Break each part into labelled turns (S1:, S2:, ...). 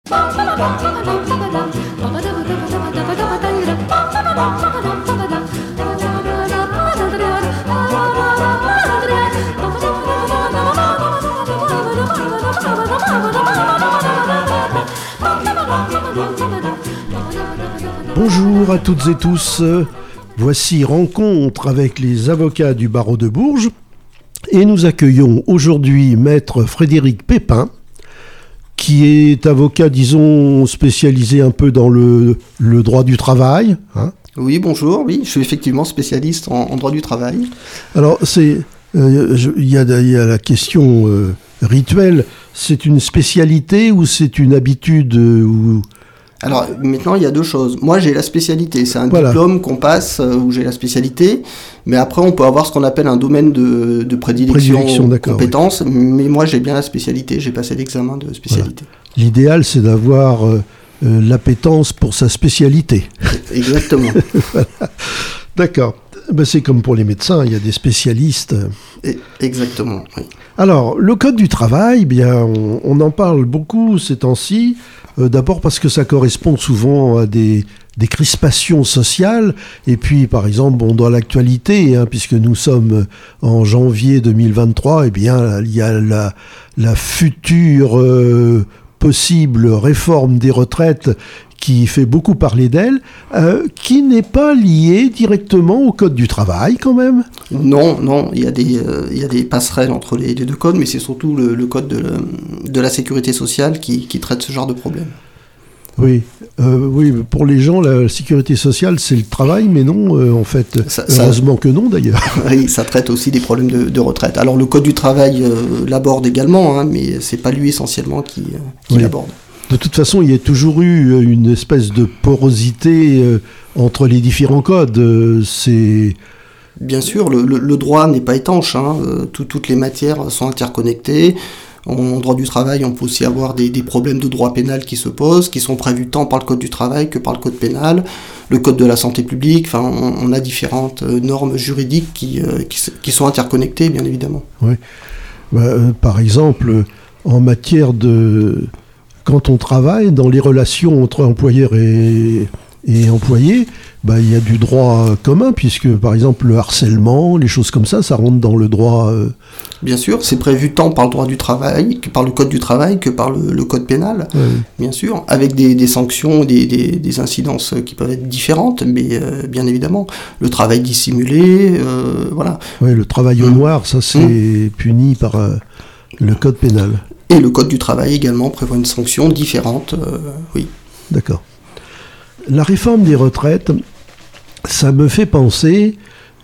S1: Bonjour à toutes et tous, voici Rencontre avec les avocats du barreau de Bourges et nous accueillons aujourd'hui Maître Frédéric Pépin qui est avocat, disons, spécialisé un peu dans le droit du travail. Hein.
S2: Oui, bonjour, oui, je suis effectivement spécialiste en droit du travail.
S1: Alors, il y a la question rituelle, c'est une spécialité ou c'est une habitude
S2: Alors maintenant il y a deux choses. Moi j'ai la spécialité, c'est un diplôme qu'on passe où j'ai la spécialité, mais après on peut avoir ce qu'on appelle un domaine de prédilection compétence, oui. Mais moi j'ai bien la spécialité, j'ai passé l'examen de spécialité.
S1: Voilà. L'idéal c'est d'avoir l'appétence pour sa spécialité.
S2: Exactement.
S1: Voilà. D'accord. Ben, c'est comme pour les médecins, il y a des spécialistes.
S2: Exactement, oui.
S1: Alors, le Code du travail, bien, on en parle beaucoup ces temps-ci, d'abord parce que ça correspond souvent à des crispations sociales, et puis, par exemple, dans l'actualité, hein, puisque nous sommes en janvier 2023, eh bien, il y a la future possible réforme des retraites qui fait beaucoup parler d'elle, qui n'est pas liée directement au Code du travail, quand même.
S2: Non, il y a des passerelles entre les deux codes, mais c'est surtout le Code de la sécurité sociale qui traite ce genre de problème.
S1: Oui, pour les gens, la sécurité sociale, c'est le travail, mais non, en fait, heureusement que non, d'ailleurs.
S2: Oui, ça traite aussi des problèmes de retraite. Alors, le Code du travail l'aborde également, hein, mais c'est pas lui essentiellement qui l'aborde.
S1: De toute façon, il y a toujours eu une espèce de porosité entre les différents codes.
S2: Bien sûr, le droit n'est pas étanche. Hein. Toutes les matières sont interconnectées. En droit du travail, on peut aussi avoir des problèmes de droit pénal qui se posent, qui sont prévus tant par le Code du travail que par le Code pénal, le Code de la santé publique. Enfin, on a différentes normes juridiques qui sont interconnectées, bien évidemment.
S1: Oui. Par exemple, en matière de... Quand on travaille dans les relations entre employeurs et employés, il y a du droit commun, puisque par exemple le harcèlement, les choses comme ça rentre dans le droit...
S2: Bien sûr, c'est prévu tant par le droit du travail, que par le Code du travail, que par le Code pénal, oui. Bien sûr, avec des sanctions, des incidences qui peuvent être différentes, mais bien évidemment, le travail dissimulé, voilà.
S1: Oui, le travail au noir, ça c'est puni par le Code pénal.
S2: Et le Code du travail également prévoit une sanction différente, oui.
S1: D'accord. La réforme des retraites, ça me fait penser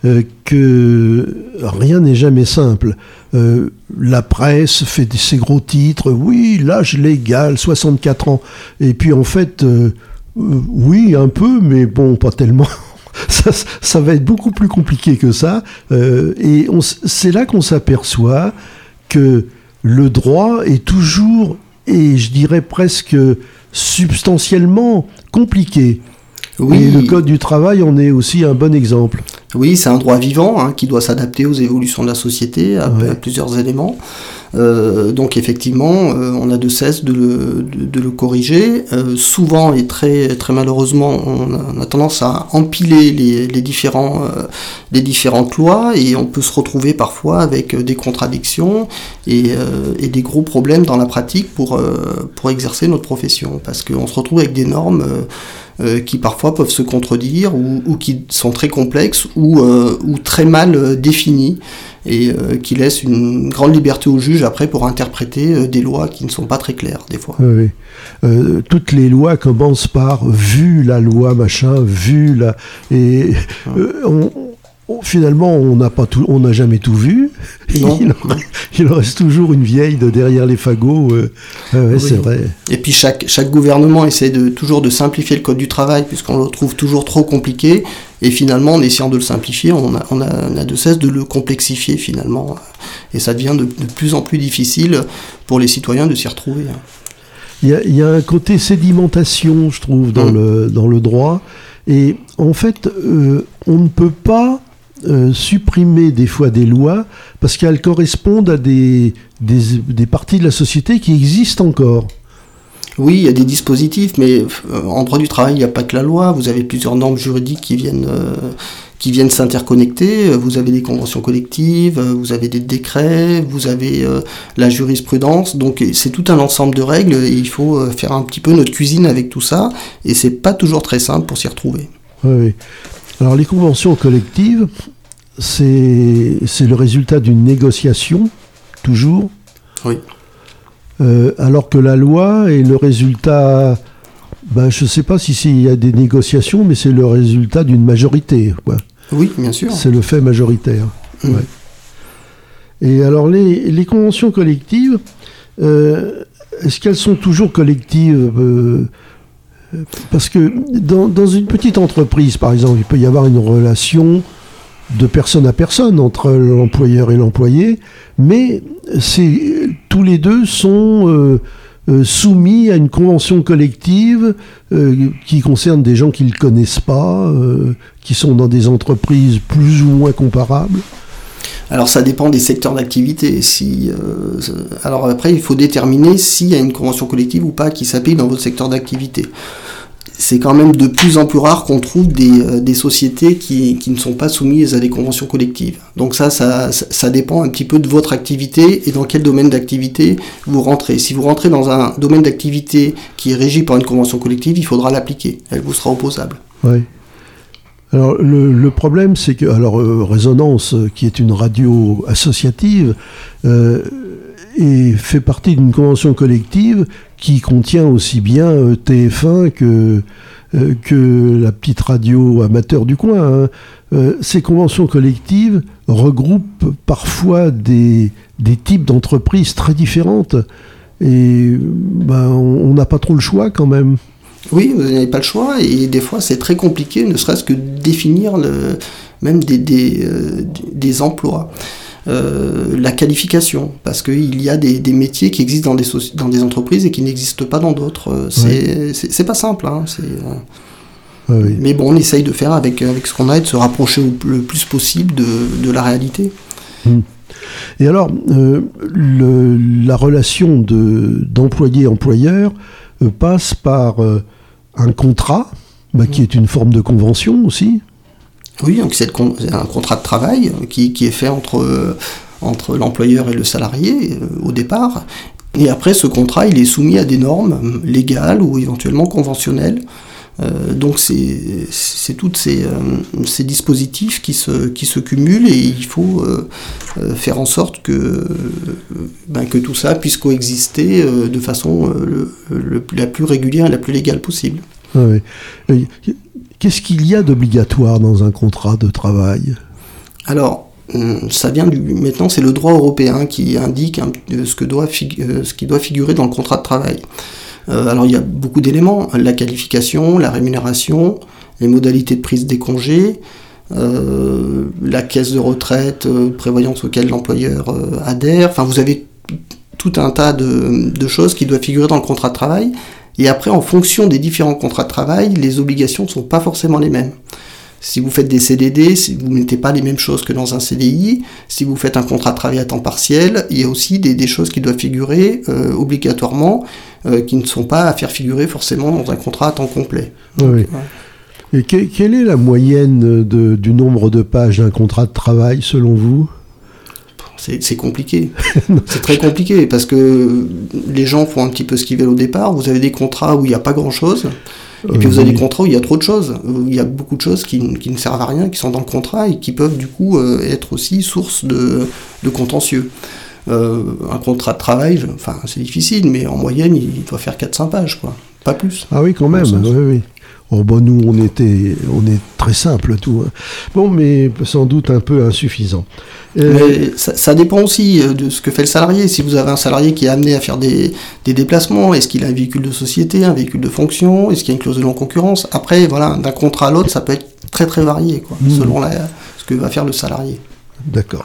S1: que rien n'est jamais simple. La presse fait ses gros titres, oui, l'âge légal, 64 ans. Et puis en fait, oui, un peu, mais bon, pas tellement. Ça va être beaucoup plus compliqué que ça. Et c'est là qu'on s'aperçoit que le droit est toujours, et je dirais presque substantiellement compliqué. Oui. Et le Code du travail en est aussi un bon exemple.
S2: Oui, c'est un droit vivant hein, qui doit s'adapter aux évolutions de la société, à plusieurs éléments. Donc effectivement, on a de cesse de le corriger. Souvent et très, très malheureusement, on a tendance à empiler les différentes lois et on peut se retrouver parfois avec des contradictions et des gros problèmes dans la pratique pour exercer notre profession. Parce qu'on se retrouve avec des normes qui parfois peuvent se contredire ou qui sont très complexes ou très mal définies et qui laissent une grande liberté au juge après pour interpréter des lois qui ne sont pas très claires des fois.
S1: Oui. Toutes les lois commencent par « vu la loi machin »,« vu la... » et finalement, on n'a jamais tout vu.
S2: Non.
S1: Il reste toujours une vieille de derrière les fagots. Oui. C'est vrai.
S2: Et puis chaque gouvernement essaie toujours de simplifier le Code du travail puisqu'on le trouve toujours trop compliqué. Et finalement, en essayant de le simplifier, on a de cesse de le complexifier finalement. Et ça devient de plus en plus difficile pour les citoyens de s'y retrouver.
S1: Il y a un côté sédimentation, je trouve, dans le droit. Et en fait, on ne peut pas supprimer des fois des lois parce qu'elles correspondent à des parties de la société qui existent encore.
S2: Oui, il y a des dispositifs, mais en droit du travail, il n'y a pas que la loi. Vous avez plusieurs normes juridiques qui viennent s'interconnecter. Vous avez des conventions collectives, vous avez des décrets, vous avez la jurisprudence. Donc c'est tout un ensemble de règles et il faut faire un petit peu notre cuisine avec tout ça. Et c'est pas toujours très simple pour s'y retrouver.
S1: Oui. Alors les conventions collectives, c'est le résultat d'une négociation, toujours.
S2: Oui.
S1: Alors que la loi est le résultat, je ne sais pas s'il y a des négociations, mais c'est le résultat d'une majorité, quoi.
S2: Oui, bien sûr.
S1: C'est le fait majoritaire. Ouais. Et alors les conventions collectives, est-ce qu'elles sont toujours collectives parce que dans une petite entreprise, par exemple, il peut y avoir une relation de personne à personne entre l'employeur et l'employé, mais tous les deux sont soumis à une convention collective qui concerne des gens qu'ils ne connaissent pas, qui sont dans des entreprises plus ou moins comparables.
S2: Alors ça dépend des secteurs d'activité. Alors après, il faut déterminer s'il y a une convention collective ou pas qui s'applique dans votre secteur d'activité. C'est quand même de plus en plus rare qu'on trouve des sociétés qui ne sont pas soumises à des conventions collectives. Donc ça dépend un petit peu de votre activité et dans quel domaine d'activité vous rentrez. Si vous rentrez dans un domaine d'activité qui est régi par une convention collective, il faudra l'appliquer. Elle vous sera opposable.
S1: Oui. Alors le problème, c'est que Résonance, qui est une radio associative, et fait partie d'une convention collective qui contient aussi bien TF1 que la petite radio amateur du coin. Ces conventions collectives regroupent parfois des types d'entreprises très différentes et on n'a pas trop le choix quand même.
S2: Oui, vous n'avez pas le choix et des fois c'est très compliqué, ne serait-ce que de définir même des emplois. La qualification, parce qu'il y a des métiers qui existent dans des entreprises et qui n'existent pas dans d'autres. C'est pas simple. Hein,
S1: oui.
S2: Mais bon, on essaye de faire avec ce qu'on a et de se rapprocher le plus possible de la réalité.
S1: Et alors, la relation d'employé-employeur passe par un contrat, qui est une forme de convention aussi.
S2: Oui, donc c'est un contrat de travail qui est fait entre l'employeur et le salarié au départ. Et après, ce contrat, il est soumis à des normes légales ou éventuellement conventionnelles. Donc c'est tous ces dispositifs qui se cumulent et il faut faire en sorte que tout ça puisse coexister de façon la plus régulière et la plus légale possible.
S1: Oui. Qu'est-ce qu'il y a d'obligatoire dans un contrat de travail ?
S2: Alors, ça vient maintenant, c'est le droit européen qui indique ce qui doit figurer dans le contrat de travail. Alors, il y a beaucoup d'éléments, la qualification, la rémunération, les modalités de prise des congés, la caisse de retraite, prévoyance auquel l'employeur adhère. Enfin, vous avez tout un tas de choses qui doivent figurer dans le contrat de travail. Et après, en fonction des différents contrats de travail, les obligations ne sont pas forcément les mêmes. Si vous faites des CDD, vous ne mettez pas les mêmes choses que dans un CDI. Si vous faites un contrat de travail à temps partiel, il y a aussi des choses qui doivent figurer obligatoirement, qui ne sont pas à faire figurer forcément dans un contrat à temps complet. Donc,
S1: oui. Ouais. Et quelle est la moyenne du nombre de pages d'un contrat de travail selon vous ?
S2: C'est compliqué. C'est très compliqué parce que les gens font un petit peu ce qu'ils veulent au départ. Vous avez des contrats où il n'y a pas grand-chose. Et puis vous avez des contrats où il y a trop de choses. Il y a beaucoup de choses qui ne servent à rien, qui sont dans le contrat et qui peuvent du coup être aussi source de contentieux. Un contrat de travail, c'est difficile, mais en moyenne, il doit faire 400 pages, quoi. Pas plus.
S1: Ah oui, quand même. Oui. Oh, nous, on est très simple, tout. Hein. Bon, mais sans doute un peu insuffisant.
S2: Mais ça dépend aussi de ce que fait le salarié. Si vous avez un salarié qui est amené à faire des déplacements, est-ce qu'il a un véhicule de société, un véhicule de fonction, est-ce qu'il y a une clause de non-concurrence ? Après, voilà, d'un contrat à l'autre, ça peut être très très varié, quoi, selon ce que va faire le salarié.
S1: D'accord.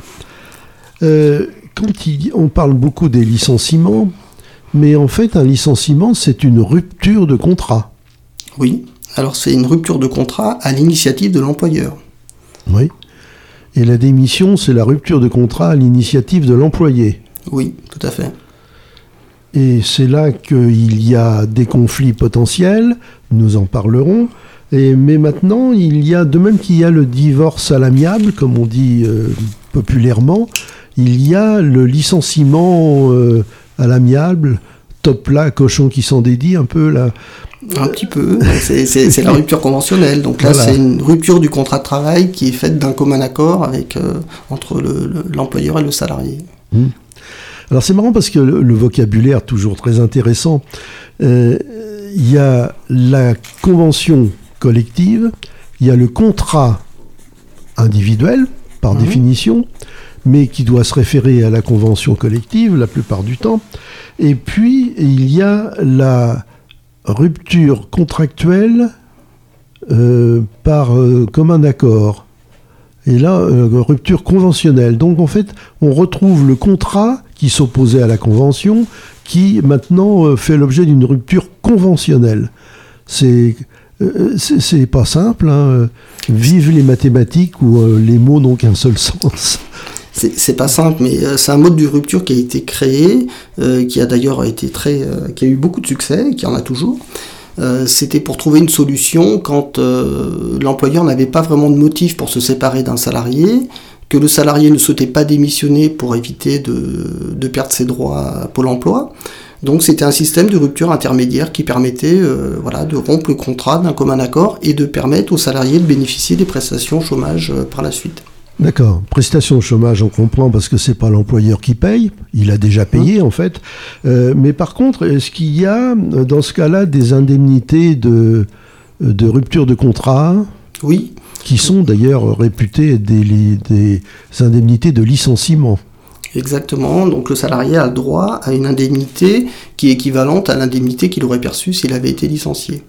S1: Quand on parle beaucoup des licenciements, mais en fait, un licenciement, c'est une rupture de contrat.
S2: Oui. Alors c'est une rupture de contrat à l'initiative de l'employeur.
S1: Oui. Et la démission, c'est la rupture de contrat à l'initiative de l'employé.
S2: Oui, tout à fait.
S1: Et c'est là qu'il y a des conflits potentiels, nous en parlerons. Mais maintenant, il y a, de même qu'il y a le divorce à l'amiable, comme on dit populairement, il y a le licenciement à l'amiable, top là, cochon qui s'en dédie un peu là.
S2: Un petit peu, c'est la rupture conventionnelle. Donc là, voilà. C'est une rupture du contrat de travail qui est faite d'un commun accord entre l'employeur et le salarié.
S1: Alors c'est marrant parce que le vocabulaire, toujours très intéressant, il y a la convention collective, il y a le contrat individuel, par définition, mais qui doit se référer à la convention collective la plupart du temps. Et puis, il y a la rupture contractuelle par commun accord. Et là, rupture conventionnelle. Donc, en fait, on retrouve le contrat qui s'opposait à la convention, qui maintenant fait l'objet d'une rupture conventionnelle. C'est pas simple, hein. Vive les mathématiques où les mots n'ont qu'un seul sens.
S2: C'est pas simple, mais c'est un mode de rupture qui a été créé, qui a d'ailleurs été qui a eu beaucoup de succès, qui en a toujours. C'était pour trouver une solution quand l'employeur n'avait pas vraiment de motif pour se séparer d'un salarié, que le salarié ne souhaitait pas démissionner pour éviter de perdre ses droits à Pôle emploi. Donc c'était un système de rupture intermédiaire qui permettait de rompre le contrat d'un commun accord et de permettre aux salariés de bénéficier des prestations chômage par la suite.
S1: D'accord. Prestations chômage, on comprend parce que c'est pas l'employeur qui paye. Il a déjà payé en fait. Mais par contre, est-ce qu'il y a dans ce cas-là des indemnités de rupture de contrat ?
S2: Oui.
S1: Qui sont d'ailleurs réputées des indemnités de licenciement.
S2: Exactement, donc le salarié a le droit à une indemnité qui est équivalente à l'indemnité qu'il aurait perçue s'il avait été licencié.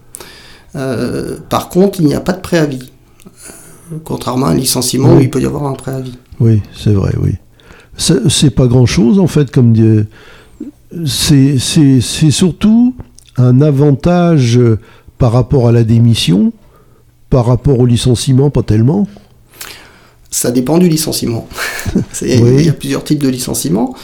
S2: Par contre, il n'y a pas de préavis, contrairement à un licenciement où il peut y avoir un préavis.
S1: Oui, c'est vrai, oui. C'est pas grand-chose en fait, comme c'est surtout un avantage par rapport à la démission, par rapport au licenciement, pas tellement.
S2: Ça dépend du licenciement. Il y a plusieurs types de licenciements.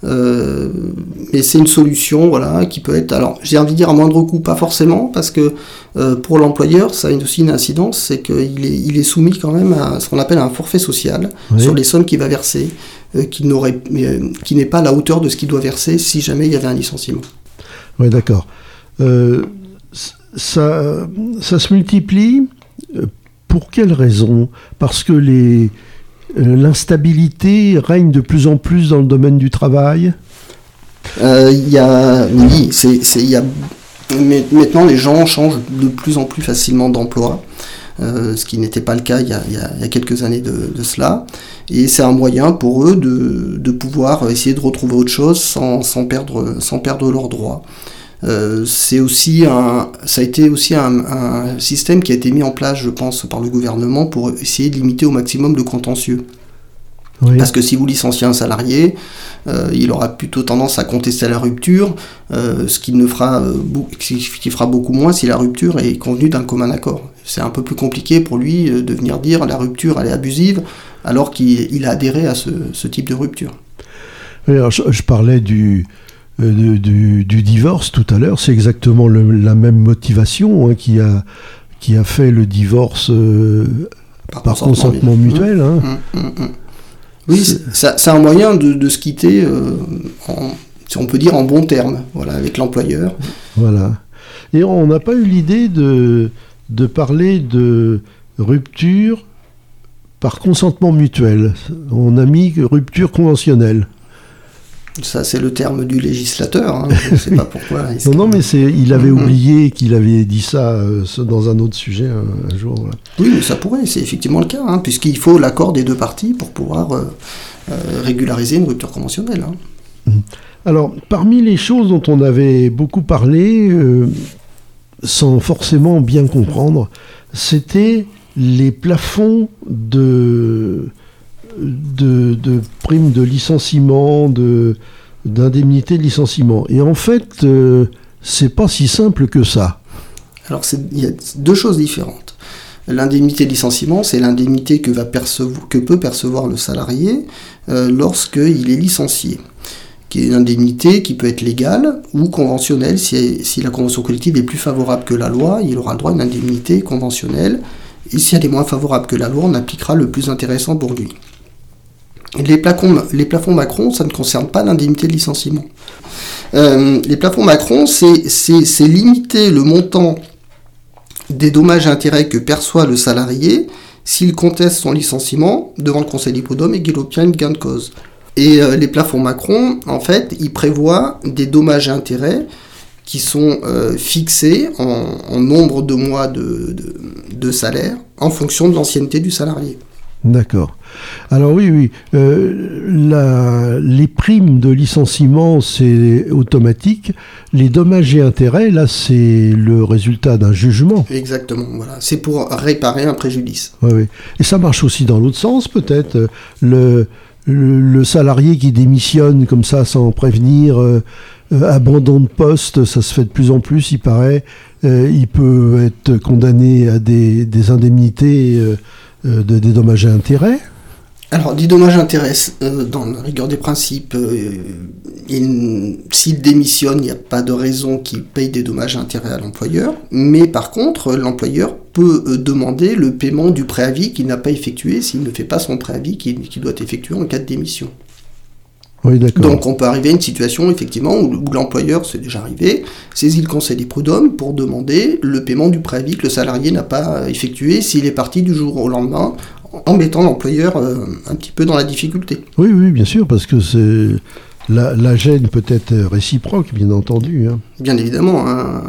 S2: Mais c'est une solution qui peut être, alors j'ai envie de dire à moindre coût, pas forcément, parce que pour l'employeur, ça a aussi une incidence, c'est qu'il est soumis quand même à ce qu'on appelle un forfait social sur les sommes qu'il va verser, qui n'est pas à la hauteur de ce qu'il doit verser si jamais il y avait un licenciement.
S1: Oui, d'accord. Ça se multiplie. Pour quelles raisons ? Parce que l'instabilité règne de plus en plus dans le domaine du travail ?
S2: Maintenant les gens changent de plus en plus facilement d'emploi, ce qui n'était pas le cas il y a quelques années de cela. Et c'est un moyen pour eux de pouvoir essayer de retrouver autre chose sans perdre leurs droits. Ça a été aussi un système qui a été mis en place, je pense, par le gouvernement pour essayer de limiter au maximum le contentieux. Oui. Parce que si vous licenciez un salarié, il aura plutôt tendance à contester la rupture, ce qui fera beaucoup moins si la rupture est convenue d'un commun accord. C'est un peu plus compliqué pour lui de venir dire la rupture elle est abusive, alors qu'il a adhéré à ce type de rupture.
S1: Oui, alors je parlais du divorce tout à l'heure, c'est exactement la même motivation qui a fait le divorce par consentement mutuel.
S2: Oui, c'est un moyen de se quitter, si on peut dire en bon terme, avec l'employeur.
S1: Voilà. Et on n'a pas eu l'idée de parler de rupture par consentement mutuel. On a mis rupture conventionnelle.
S2: Ça, c'est le terme du législateur. Je ne sais pas pourquoi.
S1: Non, mais il avait oublié qu'il avait dit ça dans un autre sujet un jour. Voilà.
S2: Oui, mais ça pourrait, c'est effectivement le cas, puisqu'il faut l'accord des deux parties pour pouvoir régulariser une rupture conventionnelle.
S1: Alors, parmi les choses dont on avait beaucoup parlé, sans forcément bien comprendre, c'était les plafonds de primes de licenciement, d'indemnités de licenciement. Et en fait, c'est pas si simple que ça.
S2: Alors, il y a deux choses différentes. L'indemnité de licenciement, c'est l'indemnité que peut percevoir le salarié lorsqu'il est licencié. qui est une indemnité qui peut être légale ou conventionnelle. Si la convention collective est plus favorable que la loi, il aura le droit à une indemnité conventionnelle. Et si elle est moins favorable que la loi, on appliquera le plus intéressant pour lui. Les plafonds Macron, ça ne concerne pas l'indemnité de licenciement. Les plafonds Macron, c'est limiter le montant des dommages et intérêts que perçoit le salarié s'il conteste son licenciement devant le Conseil des prud'hommes et qu'il obtient une gain de cause. Et les plafonds Macron, en fait, ils prévoient des dommages et intérêts qui sont fixés en nombre de mois de salaire en fonction de l'ancienneté du salarié.
S1: D'accord. Alors oui. Les primes de licenciement, c'est automatique. Les dommages et intérêts, là, c'est le résultat d'un jugement.
S2: Exactement, voilà. C'est pour réparer un préjudice.
S1: Oui. Et ça marche aussi dans l'autre sens, peut-être. Le salarié qui démissionne comme ça sans prévenir, abandon de poste, ça se fait de plus en plus, il paraît. Il peut être condamné à des indemnités des dommages et intérêts.
S2: Alors, des dommages et intérêts, dans la rigueur des principes, s'il démissionne, il n'y a pas de raison qu'il paye des dommages et intérêts à l'employeur. Mais par contre, l'employeur peut demander le paiement du préavis qu'il n'a pas effectué s'il ne fait pas son préavis qu'il doit effectuer en cas de démission.
S1: Oui, d'accord.
S2: Donc on peut arriver à une situation effectivement où l'employeur, c'est déjà arrivé, saisit le Conseil des prud'hommes pour demander le paiement du préavis que le salarié n'a pas effectué s'il est parti du jour au lendemain, en mettant l'employeur un petit peu dans la difficulté.
S1: Oui, bien sûr, parce que la gêne peut être réciproque, bien entendu. Hein.
S2: Bien évidemment.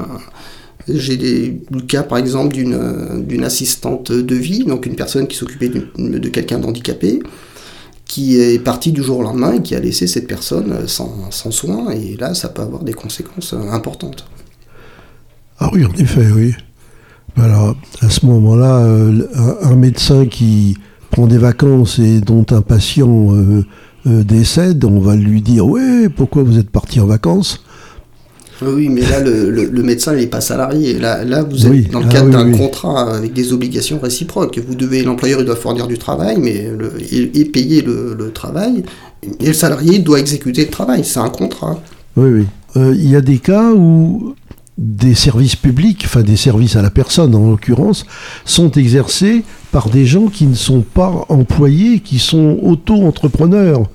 S2: J'ai le cas par exemple d'une assistante de vie, donc une personne qui s'occupait de quelqu'un d'handicapé, qui est parti du jour au lendemain et qui a laissé cette personne sans soin, et là ça peut avoir des conséquences importantes.
S1: Ah oui, en effet, oui. Alors à ce moment-là, un médecin qui prend des vacances et dont un patient décède, on va lui dire « Ouais, pourquoi vous êtes parti en vacances ?»
S2: Oui, mais là, le médecin, il n'est pas salarié. Là, vous êtes dans le cadre d'un contrat avec des obligations réciproques. L'employeur, il doit fournir du travail, et payer le travail. Et le salarié doit exécuter le travail. C'est un contrat.
S1: Oui. Il y a des cas où des services publics, enfin des services à la personne en l'occurrence, sont exercés par des gens qui ne sont pas employés, qui sont auto-entrepreneurs.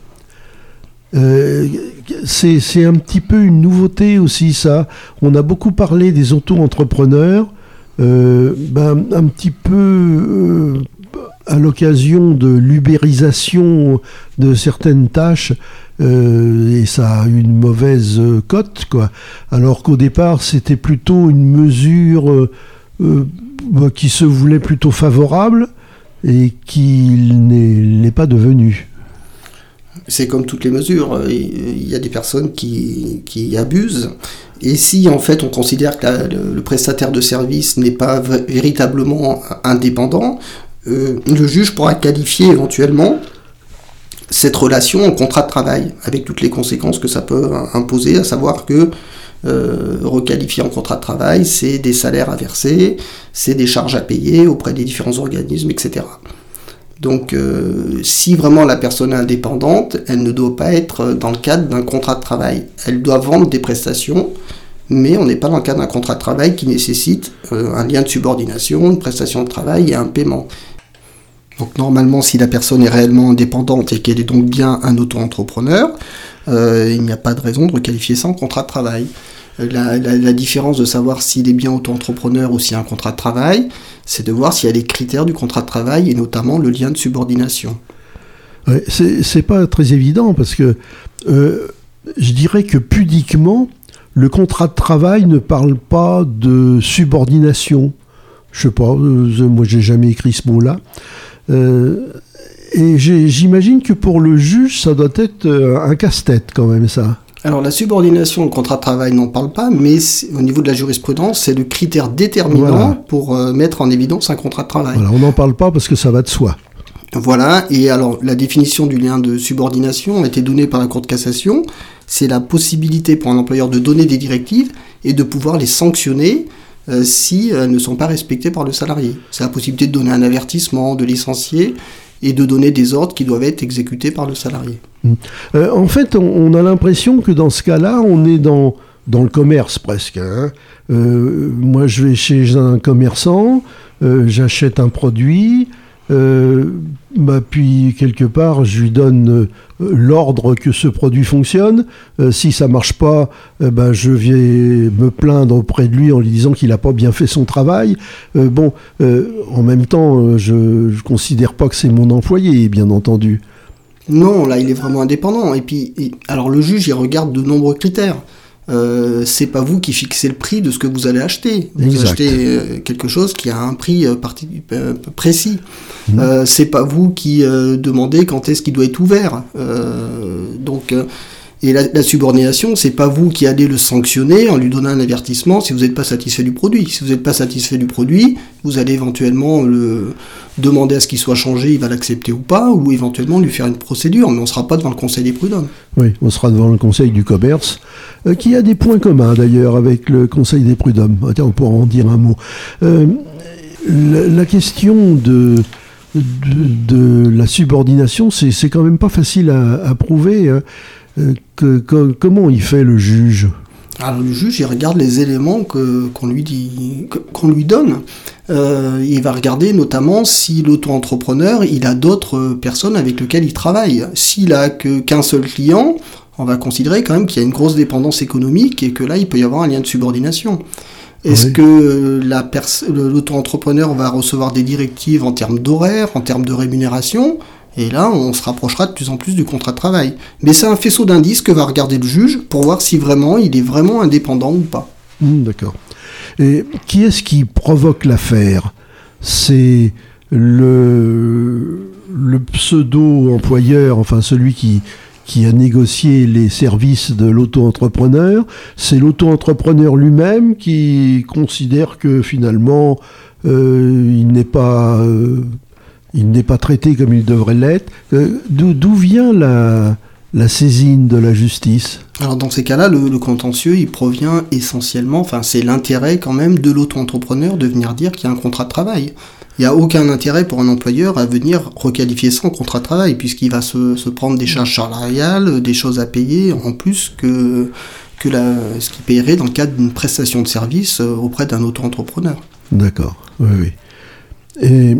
S1: C'est un petit peu une nouveauté aussi, ça. On a beaucoup parlé des auto-entrepreneurs, un petit peu à l'occasion de l'ubérisation de certaines tâches, et ça a une mauvaise cote, quoi. Alors qu'au départ, c'était plutôt une mesure qui se voulait plutôt favorable et qui n'est pas devenue.
S2: C'est comme toutes les mesures, il y a des personnes qui abusent, et si en fait on considère que le prestataire de service n'est pas véritablement indépendant, le juge pourra qualifier éventuellement cette relation en contrat de travail, avec toutes les conséquences que ça peut imposer, à savoir que requalifier en contrat de travail, c'est des salaires à verser, c'est des charges à payer auprès des différents organismes, etc. Donc, si vraiment la personne est indépendante, elle ne doit pas être dans le cadre d'un contrat de travail. Elle doit vendre des prestations, mais on n'est pas dans le cadre d'un contrat de travail qui nécessite un lien de subordination, une prestation de travail et un paiement. Donc, normalement, si la personne est réellement indépendante et qu'elle est donc bien un auto-entrepreneur, il n'y a pas de raison de requalifier ça en contrat de travail. La différence de savoir s'il est bien auto-entrepreneur ou s'il y a un contrat de travail, c'est de voir s'il y a les critères du contrat de travail et notamment le lien de subordination.
S1: Ouais, c'est pas très évident parce que je dirais que pudiquement, le contrat de travail ne parle pas de subordination. Je sais pas, moi j'ai jamais écrit ce mot-là. Et j'imagine que pour le juge, ça doit être un casse-tête quand même, ça.
S2: Alors la subordination, le contrat de travail n'en parle pas, mais au niveau de la jurisprudence, c'est le critère déterminant pour mettre en évidence un contrat de travail.
S1: Voilà, on n'en parle pas parce que ça va de soi.
S2: Voilà, et alors la définition du lien de subordination a été donnée par la Cour de cassation. C'est la possibilité pour un employeur de donner des directives et de pouvoir les sanctionner si elles ne sont pas respectées par le salarié. C'est la possibilité de donner un avertissement, de licencier, et de donner des ordres qui doivent être exécutés par le salarié.
S1: En fait, on a l'impression que dans ce cas-là, on est dans le commerce presque. Moi, je vais chez un commerçant, j'achète un produit, puis quelque part, je lui donne l'ordre que ce produit fonctionne. Si ça marche pas, je vais me plaindre auprès de lui en lui disant qu'il n'a pas bien fait son travail. En même temps, je considère pas que c'est mon employé, bien entendu.
S2: Non, là, il est vraiment indépendant. Et puis, alors le juge, il regarde de nombreux critères. C'est pas vous qui fixez le prix de ce que vous allez acheter. Vous achetez quelque chose qui a un prix précis. C'est pas vous qui demandez quand est-ce qu'il doit être ouvert. Et la subordination, c'est pas vous qui allez le sanctionner en lui donnant un avertissement si vous n'êtes pas satisfait du produit. Si vous n'êtes pas satisfait du produit, vous allez éventuellement le demander à ce qu'il soit changé, il va l'accepter ou pas, ou éventuellement lui faire une procédure, mais on ne sera pas devant le Conseil des prud'hommes.
S1: Oui, on sera devant le Conseil du commerce, qui a des points communs d'ailleurs avec le Conseil des prud'hommes. Attends, on pourra en dire un mot. La question de la subordination, c'est quand même pas facile à prouver. Comment il fait le juge ?
S2: Alors le juge, il regarde les éléments qu'on lui donne. Il va regarder notamment si l'auto-entrepreneur, il a d'autres personnes avec lesquelles il travaille. S'il a qu'un seul client, on va considérer quand même qu'il y a une grosse dépendance économique et que là, il peut y avoir un lien de subordination. Est-ce que l'auto-entrepreneur va recevoir des directives en termes d'horaire, en termes de rémunération ? Et là, on se rapprochera de plus en plus du contrat de travail. Mais c'est un faisceau d'indices que va regarder le juge pour voir si vraiment il est vraiment indépendant ou pas.
S1: D'accord. Et qui est-ce qui provoque l'affaire ? C'est le pseudo-employeur, enfin celui qui a négocié les services de l'auto-entrepreneur. C'est l'auto-entrepreneur lui-même qui considère que finalement, il n'est pas traité comme il devrait l'être. D'où vient la saisine de la justice ?
S2: Alors dans ces cas-là, le contentieux, il provient essentiellement, c'est l'intérêt quand même de l'auto-entrepreneur de venir dire qu'il y a un contrat de travail. Il n'y a aucun intérêt pour un employeur à venir requalifier ça en contrat de travail, puisqu'il va se prendre des charges salariales, des choses à payer, en plus que ce qu'il paierait dans le cadre d'une prestation de service auprès d'un auto-entrepreneur.
S1: D'accord, oui. Et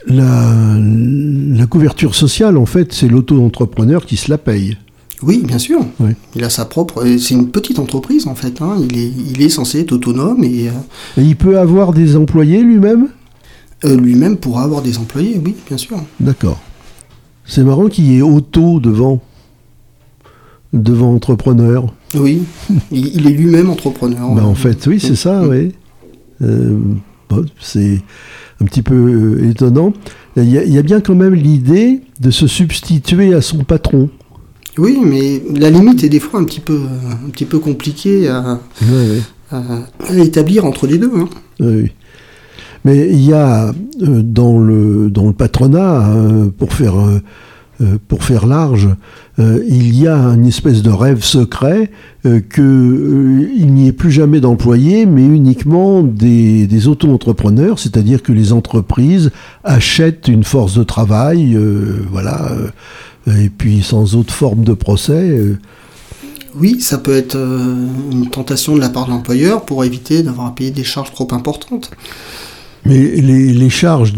S1: la couverture sociale, en fait, c'est l'auto-entrepreneur qui se la paye.
S2: Oui, bien sûr.
S1: Oui.
S2: Il a sa propre... C'est une petite entreprise, en fait. Il est censé être autonome et
S1: il peut avoir des employés lui-même ?
S2: Lui-même pourra avoir des employés, oui, bien sûr.
S1: D'accord. C'est marrant qu'il y ait auto devant entrepreneur.
S2: Oui, il est lui-même entrepreneur.
S1: En fait, oui, c'est ça, oui. C'est un petit peu étonnant. Il y a bien quand même l'idée de se substituer à son patron.
S2: Oui, mais la limite est des fois un petit peu compliquée à établir entre les deux.
S1: Oui. Mais il y a dans le patronat, pour faire large, il y a une espèce de rêve secret qu'il n'y ait plus jamais d'employés, mais uniquement des auto-entrepreneurs, c'est-à-dire que les entreprises achètent une force de travail, et puis sans autre forme de procès.
S2: Oui, ça peut être une tentation de la part de l'employeur pour éviter d'avoir à payer des charges trop importantes.
S1: Mais les charges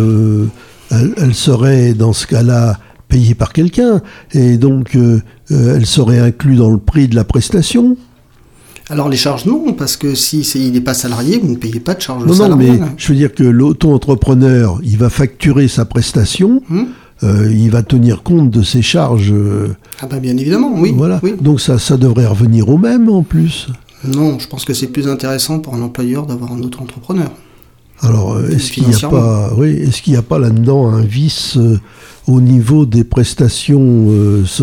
S1: elles seraient dans ce cas-là payées par quelqu'un, et donc elles seraient incluses dans le prix de la prestation.
S2: Alors les charges non, parce que il n'est pas salarié, vous ne payez pas de charges salariales.
S1: Non, mais je veux dire que l'auto-entrepreneur, il va facturer sa prestation, il va tenir compte de ses charges.
S2: Bien évidemment, oui.
S1: Voilà.
S2: Oui.
S1: Donc ça devrait revenir au même en plus.
S2: Non, je pense que c'est plus intéressant pour un employeur d'avoir un auto-entrepreneur.
S1: Alors, est-ce qu'il n'y a pas là-dedans un vice au niveau des prestations sociales ?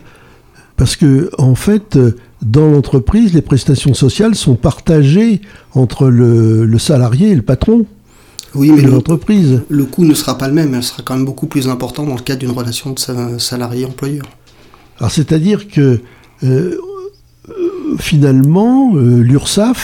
S1: Parce que, en fait, dans l'entreprise, les prestations sociales sont partagées entre le salarié et le patron.
S2: Oui, mais
S1: l'entreprise.
S2: Le coût ne sera pas le même, elle sera quand même beaucoup plus important dans le cadre d'une relation de salarié-employeur.
S1: Alors, c'est-à-dire que, finalement, l'URSSAF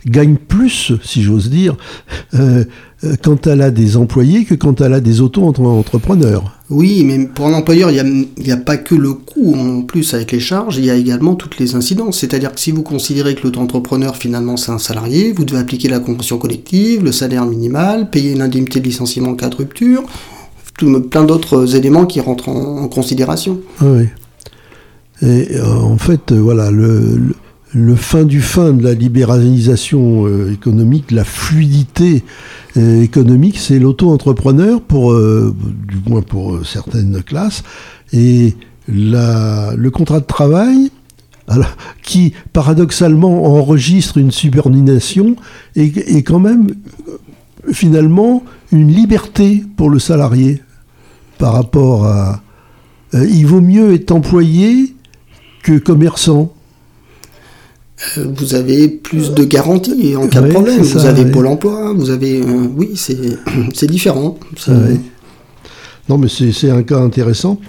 S1: gagne plus, si j'ose dire, quand elle a des employés que quand elle a des auto-entrepreneurs.
S2: Oui, mais pour un employeur, il n'y a pas que le coût en plus avec les charges, il y a également toutes les incidences. C'est-à-dire que si vous considérez que l'auto-entrepreneur, finalement, c'est un salarié, vous devez appliquer la convention collective, le salaire minimal, payer une indemnité de licenciement en cas de rupture, plein d'autres éléments qui rentrent en considération.
S1: Oui. Et en fait, voilà, le fin du fin de la libéralisation économique, la fluidité économique, c'est l'auto-entrepreneur, du moins pour certaines classes, et le contrat de travail, alors, qui paradoxalement enregistre une subordination, est quand même finalement une liberté pour le salarié par rapport à... il vaut mieux être employé que commerçant.
S2: Vous avez plus de garanties en cas de problème. Vous avez Pôle emploi, vous avez... oui, c'est différent.
S1: Non, mais c'est un cas intéressant.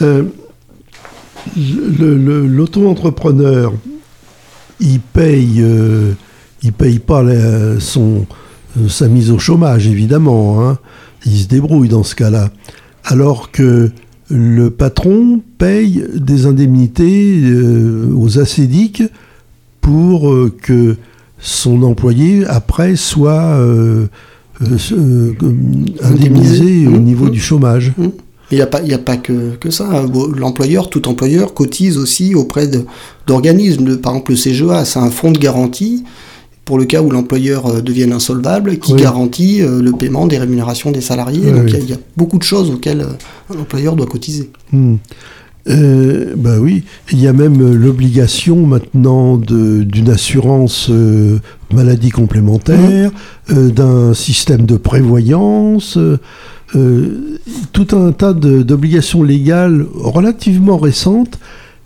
S1: L'auto-entrepreneur, il paye pas sa mise au chômage, évidemment. Hein. Il se débrouille dans ce cas-là. Alors que le patron paye des indemnités aux assédiques pour que son employé, après, soit indemnisé au niveau du chômage.
S2: Il n'y a pas que ça. L'employeur, tout employeur, cotise aussi auprès d'organismes. Par exemple, le CGA, c'est un fonds de garantie pour le cas où l'employeur devienne insolvable, qui garantit le paiement des rémunérations des salariés. Donc il y a beaucoup de choses auxquelles un employeur doit cotiser.
S1: Oui, il y a même l'obligation maintenant d'une assurance maladie complémentaire, d'un système de prévoyance, tout un tas d'obligations légales relativement récentes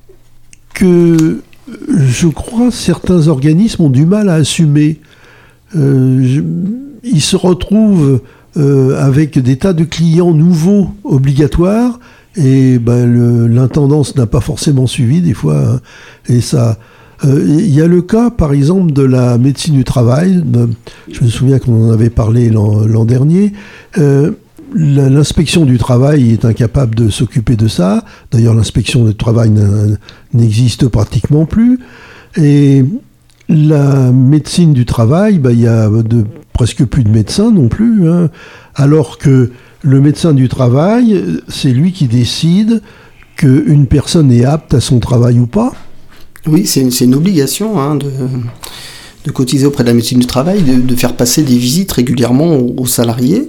S1: que je crois certains organismes ont du mal à assumer. Ils se retrouvent avec des tas de clients nouveaux obligatoires. Et l'intendance n'a pas forcément suivi des fois. Hein. Et ça, il y a le cas, par exemple, de la médecine du travail. Je me souviens qu'on en avait parlé l'an dernier. L'inspection du travail est incapable de s'occuper de ça. D'ailleurs, l'inspection du travail n'existe pratiquement plus. Et la médecine du travail, il y a presque plus de médecins non plus. Hein. Alors que le médecin du travail, c'est lui qui décide qu'une personne est apte à son travail ou pas.
S2: Oui, c'est une obligation de cotiser auprès de la médecine du travail, de faire passer des visites régulièrement aux salariés.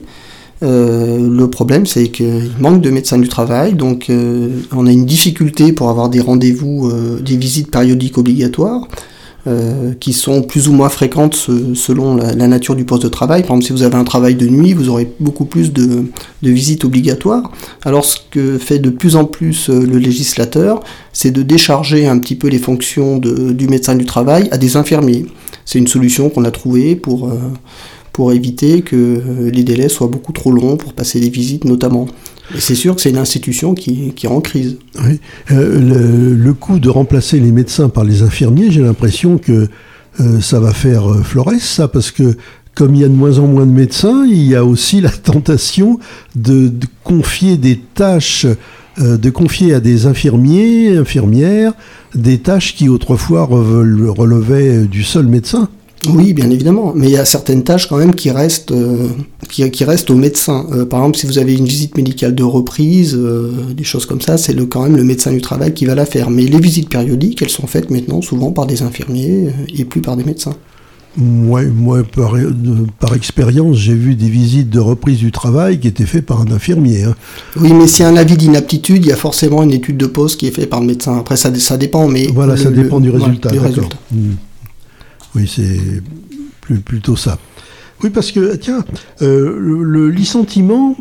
S2: Le problème, c'est qu'il manque de médecins du travail, donc on a une difficulté pour avoir des rendez-vous, des visites périodiques obligatoires. Qui sont plus ou moins fréquentes selon la nature du poste de travail. Par exemple, si vous avez un travail de nuit, vous aurez beaucoup plus de visites obligatoires. Alors, ce que fait de plus en plus le législateur, c'est de décharger un petit peu les fonctions du médecin du travail à des infirmiers. C'est une solution qu'on a trouvée pour éviter que les délais soient beaucoup trop longs pour passer les visites notamment. Et c'est sûr que c'est une institution qui est en crise.
S1: Oui. Le coup de remplacer les médecins par les infirmiers, j'ai l'impression que ça va faire florès, ça, parce que comme il y a de moins en moins de médecins, il y a aussi la tentation de confier des tâches, de confier à des infirmières, des tâches qui autrefois relevaient du seul médecin.
S2: Oui, bien évidemment, mais il y a certaines tâches quand même qui restent aux médecins. Par exemple, si vous avez une visite médicale de reprise, des choses comme ça, c'est quand même le médecin du travail qui va la faire. Mais les visites périodiques, elles sont faites maintenant souvent par des infirmiers et plus par des médecins.
S1: Moi, par expérience, j'ai vu des visites de reprise du travail qui étaient faites par un infirmier. Hein.
S2: Oui, mais s'il y a un avis d'inaptitude, il y a forcément une étude de poste qui est faite par le médecin. Après, ça dépend, mais...
S1: Voilà, ça dépend du résultat. D'accord. Oui, c'est plutôt ça. Oui, parce que, tiens, le licenciement,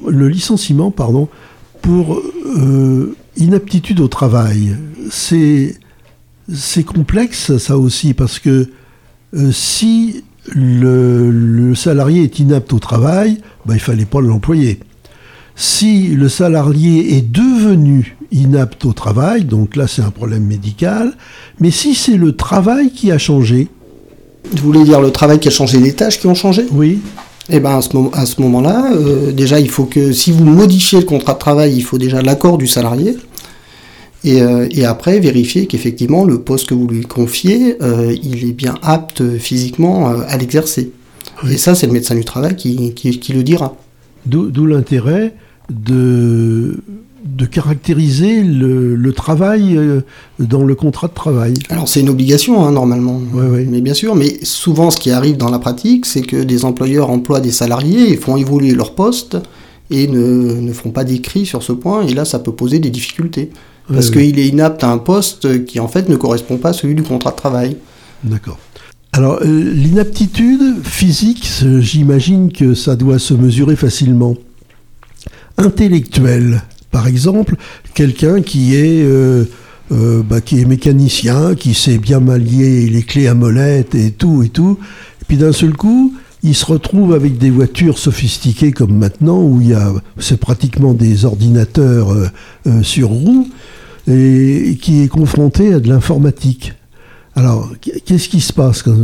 S1: pour inaptitude au travail, c'est complexe, ça aussi, parce que si le salarié est inapte au travail, il ne fallait pas l'employer. Si le salarié est devenu inapte au travail, donc là c'est un problème médical, mais si c'est le travail qui a changé,
S2: Vous voulez dire le travail qui a changé, les tâches qui ont changé ?
S1: Oui.
S2: Eh ben à ce moment-là, déjà il faut que si vous modifiez le contrat de travail, il faut déjà l'accord du salarié. Et après, vérifier qu'effectivement, le poste que vous lui confiez, il est bien apte physiquement à l'exercer. Oui. Et ça, c'est le médecin du travail qui le dira.
S1: D'où l'intérêt de caractériser le travail dans le contrat de travail.
S2: Alors, c'est une obligation, normalement.
S1: Oui.
S2: Mais bien sûr, mais souvent, ce qui arrive dans la pratique, c'est que des employeurs emploient des salariés et font évoluer leur poste et ne font pas d'écrit sur ce point. Et là, ça peut poser des difficultés. Parce qu'il est inapte à un poste qui, en fait, ne correspond pas à celui du contrat de travail.
S1: D'accord. Alors, l'inaptitude physique, j'imagine que ça doit se mesurer facilement. Intellectuelle, par exemple, quelqu'un qui est mécanicien, qui sait bien manier les clés à molette et tout, et puis d'un seul coup, il se retrouve avec des voitures sophistiquées comme maintenant, où c'est pratiquement des ordinateurs sur roues, et qui est confronté à de l'informatique. Alors, qu'est-ce qui se passe quand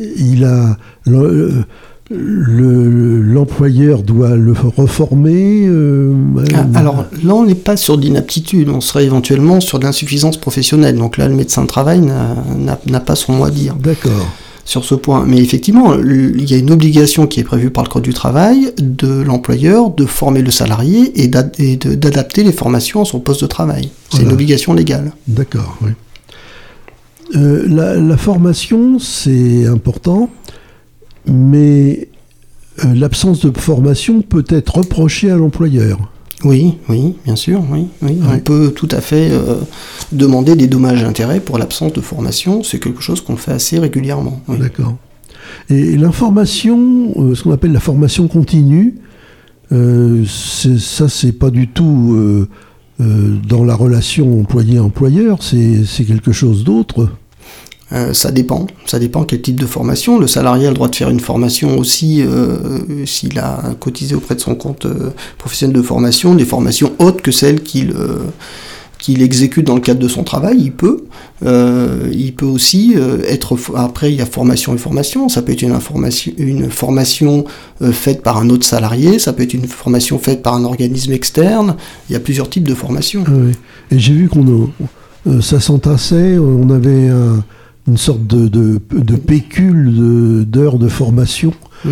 S1: l'employeur doit le reformer
S2: Alors là, on n'est pas sur d'inaptitude, on serait éventuellement sur de l'insuffisance professionnelle. Donc là, le médecin de travail n'a pas son mot à dire.
S1: D'accord.
S2: Sur ce point. Mais effectivement, il y a une obligation qui est prévue par le Code du travail de l'employeur de former le salarié et d'adapter les formations à son poste de travail. C'est une obligation légale.
S1: D'accord, oui. La formation, c'est important, mais l'absence de formation peut être reprochée à l'employeur.
S2: Oui, bien sûr, oui. On peut tout à fait demander des dommages et intérêts pour l'absence de formation. C'est quelque chose qu'on fait assez régulièrement. Oui.
S1: D'accord. Et l'information, ce qu'on appelle la formation continue, c'est pas du tout dans la relation employé-employeur, c'est quelque chose d'autre.
S2: Ça dépend quel type de formation. Le salarié a le droit de faire une formation aussi s'il a cotisé auprès de son compte professionnel de formation, des formations autres que celles qu'il exécute dans le cadre de son travail. Il peut aussi être... Après, il y a formation et formation. Ça peut être une formation faite par un autre salarié, ça peut être une formation faite par un organisme externe. Il y a plusieurs types de formations.
S1: Oui. Et j'ai vu ça s'entassait, on avait une sorte de pécule d'heures de formation.